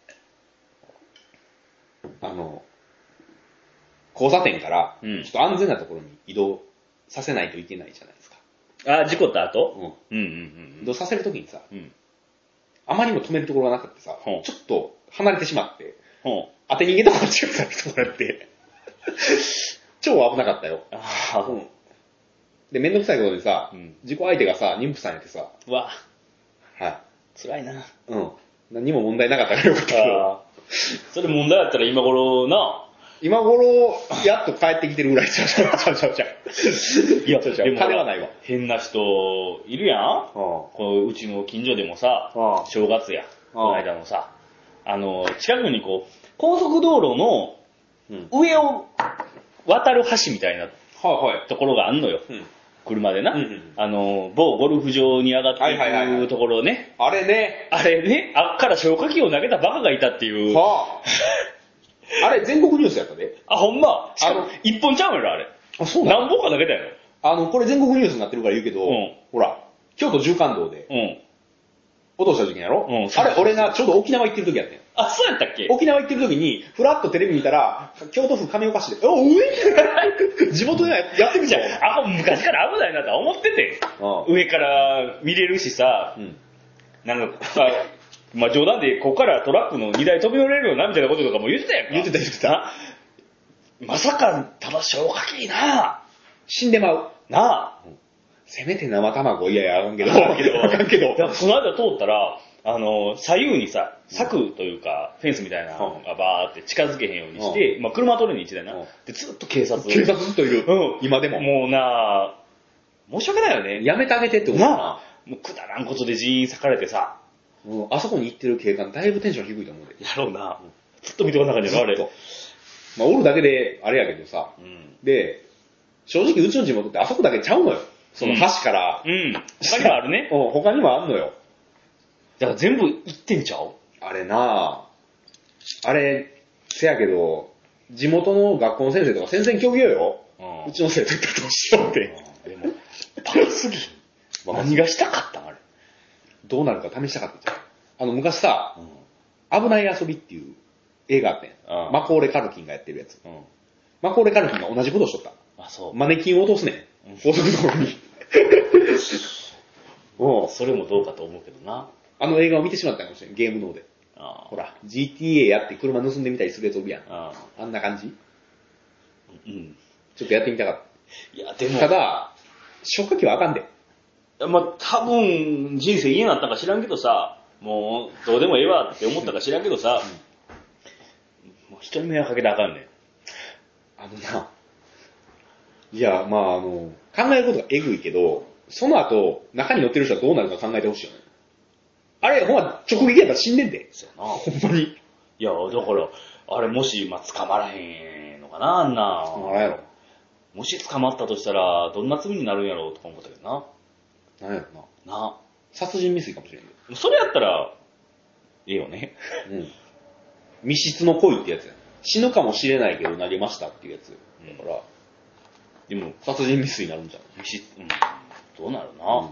交差点から、ちょっと安全なところに移動させないといけないじゃないですか。 あ、事故った後？ 移動させるときにさ、あまりにも止めるところがなくてさ、ちょっと離れてしまって、当て逃げとか違った人があって、超危なかったよ。で、めんどくさいことにさ、事故相手がさ、妊婦さんやってさ、 うわ。 はい。 辛いな。 何にも問題なかったからよかったけど。 それ問題だったら今頃な。 今頃、やっと帰ってきてるぐらいちゃう。 いや、でも金はないわ。 変な人いるやん。うちの近所でもさ、正月や、この間のさ、近くに高速道路の上を渡る橋みたいなところがあんのよ。車でな。某ゴルフ場に上がっていくところね。 あれね。 あっから消火器を投げたバカがいたっていう。 あれ、全国ニュースやったで。 あ、ほんま。一本ちゃうやろ、あれ。 あ、そうなの？ 何本か投げたやろ。 これ全国ニュースになってるから言うけど、ほら、京都縦貫道で、落とした事件やろ？あれ、俺な、ちょうど沖縄行ってる時やってん。 あ、そうやったっけ？ 沖縄行ってる時に、ふらっとテレビ見たら、京都府亀岡市で、地元でやってみちゃう。 昔から危ないなとは思ってて。上から見れるしさ、なんかさ、まあ冗談でここからトラックの荷台飛び降りれるよなみたいなこととかも言ってたやんか。 言ってた。 まさか、ただ消火器な死んでまう。 なあ。 せめて生卵、いや、あかんけど。あかんけど。 その間通ったら、左右にさ、柵というか、フェンスみたいなのがバーって近づけへんようにして、まあ車取りに一台な。で、ずっと警察ずっといる。今でも。 もうな申し訳ないよね。 やめてあげてって思うな。もうくだらんことで人員割かれてさ。 あそこに行ってる警官だいぶテンション低いと思うで。 やろうな。ずっと見てこなかったよ、あれ。 まあ、おるだけで、あれやけどさ。で、正直うちの地元ってあそこだけちゃうのよ。 その橋から。 うん。他にもあるね。 他にもあんのよ。 だから全部行ってんちゃう？ あれなぁ。あれ、せやけど、地元の学校の先生とか戦々恐々よ。うちの生徒行ったらどうしようって。 でも、バカすぎ。何がしたかったんあれ。 どうなるか試したかったじゃん。昔さ、危ない遊びっていう映画あってん。マコーレ・カルキンがやってるやつ。マコーレ・カルキンが同じことをしとった。 あ、そう。 マネキンを落とすねん。高速道路に。 それもどうかと思うけどな。 あの映画を見てしまったかもしれん、ゲーム脳で。ほら、GTA やって車盗んでみたりするやつおるやん。あんな感じ？うん。ちょっとやってみたかった。いや、でも。ただ、消火器はあかんで。 まあ、多分、人生家になったか知らんけどさ、もう、どうでもええわって思ったか知らんけどさ、もう人に迷惑かけたらあかんねん。 いや、まあ考えることがエグいけど、その後、中に乗ってる人はどうなるか考えてほしいよね。あれ、ほんま、直撃やったら死んでんで。 そうやな。 ほんまに。 いや、だから、あれもし、捕まらへんのかな、あんな。 捕まらんやろ。 もし捕まったとしたら、どんな罪になるんやろうとか思ったけどな。 なんやろな。殺人未遂かもしれんけど。それやったら、いいよね。 うん。密室の恋ってやつや。死ぬかもしれないけどなりましたっていうやつ。だから、でも、殺人未遂になるんじゃん。 どうなるな。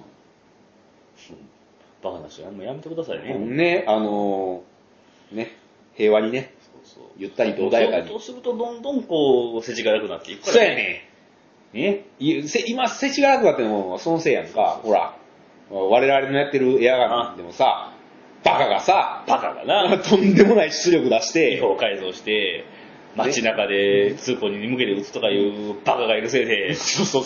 バカな人もうやめてくださいね。 ね、ね、平和にね、ゆったりと穏やかに。 そうするとどんどんこう、世知が楽くなっていくからね。そうやね。ね、今、世知が楽くなっても、そのせいやんか。ほら、我々のやってるエアガンでもさ、バカがな、とんでもない出力出して、 違法改造して、街中で通行人に向けて撃つとかいうバカがいるせいで。 そう。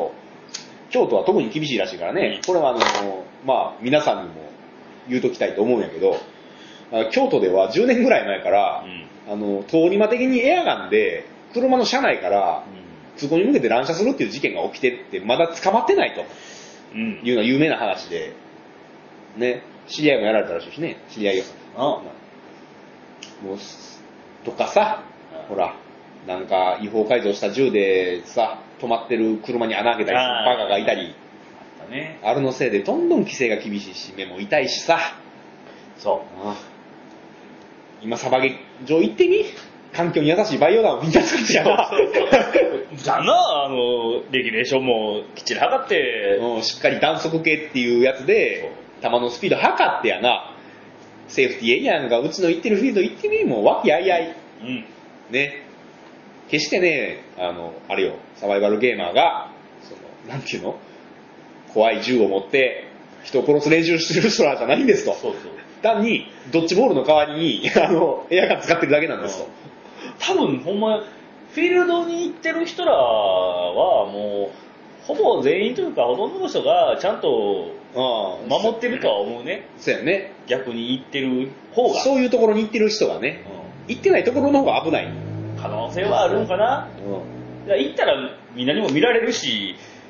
京都は特に厳しいらしいからね、これはまあ、皆さんにも言うときたいと思うんやけど、京都では10年ぐらい前から、通り魔的にエアガンで、車の車内から、通行に向けて乱射するっていう事件が起きてって、まだ捕まってないと、いうのは有名な話で、ね、知り合いもやられたらしいしね、知り合いが。もう、とかさ、ほら、なんか違法改造した銃でさ、止まってる車に穴開けたりするバカがいたり、あれのせいでどんどん規制が厳しいし、目も痛いしさ。そう。今、サバゲ場行ってみ？環境に優しいバイオ弾をみんな作ってやな。 だな、レギュレーションもきっちり測って、 しっかり弾速系っていうやつで、弾のスピード測ってやな。セーフティーエリアがうちの行ってるフィールド行ってみ、もう和気あいあい。ね。決してね、あれよ、サバイバルゲーマーが、なんていうの？怖い銃を持って、人を殺す練習してる人らじゃないんですと。単に、ドッジボールの代わりに、エアガン使ってるだけなんですと。 多分、ほんま、フィールドに行ってる人らは、もう、ほぼ全員というか、ほとんどの人が、ちゃんと、守ってるとは思うね。 そうやね。 逆に行ってる方が。 そういうところに行ってる人がね、行ってないところの方が危ない。 可能性はあるんかな。行ったらみんなにも見られるし、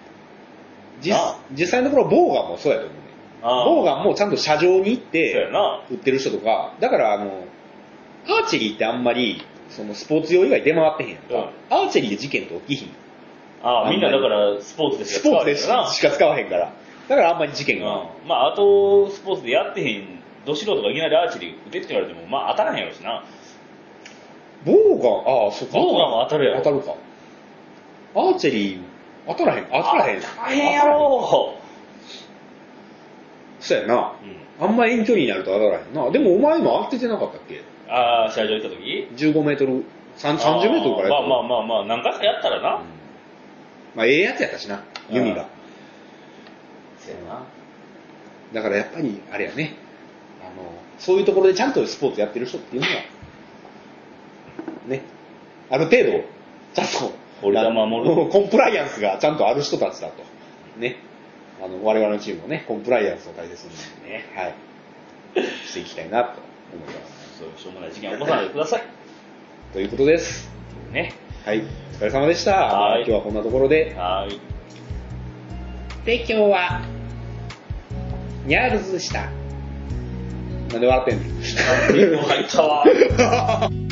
実際のところボウガンもそうやと思うね。ボウガンもちゃんと車上に行って売ってる人とか、だからアーチェリーってあんまりそのスポーツ用以外出回ってへんやんか。アーチェリーで事件って起きひん。 みんなだからスポーツでしか使わへんから。 しか使わへんから。だからあんまり事件が。 あとスポーツでやってへん、ど素人がいきなりアーチェリー打てって言われても、当たらへんやろしな。 ボウガン、そっか。 ボウガンは当たるやろ。 当たるか。アーチェリー、当たらへん。 当たらへんやろ。 そうやな。あんま遠距離になると当たらへんな。でもお前も当ててなかったっけ？ 試合場行った時 ?15 メートル、30メートルからやった。 まあ、何回かやったらな。 まあ、ええやつやったしな、弓が。 そうやな。 だからやっぱり、あれやね。そういうところでちゃんとスポーツやってる人っていうのは、ね、ある程度、ちゃんと、 コンプライアンスがちゃんとある人たちだと。ね。我々のチームもね、コンプライアンスを大切にね、はい。していきたいなと思います。 そういうしょうもない事件を起こさないでください。 ということです。 ね。 はい。お疲れ様でした。今日はこんなところで。で、今日は、ニャールズでした。なんで笑ってんの？ 入ったわ。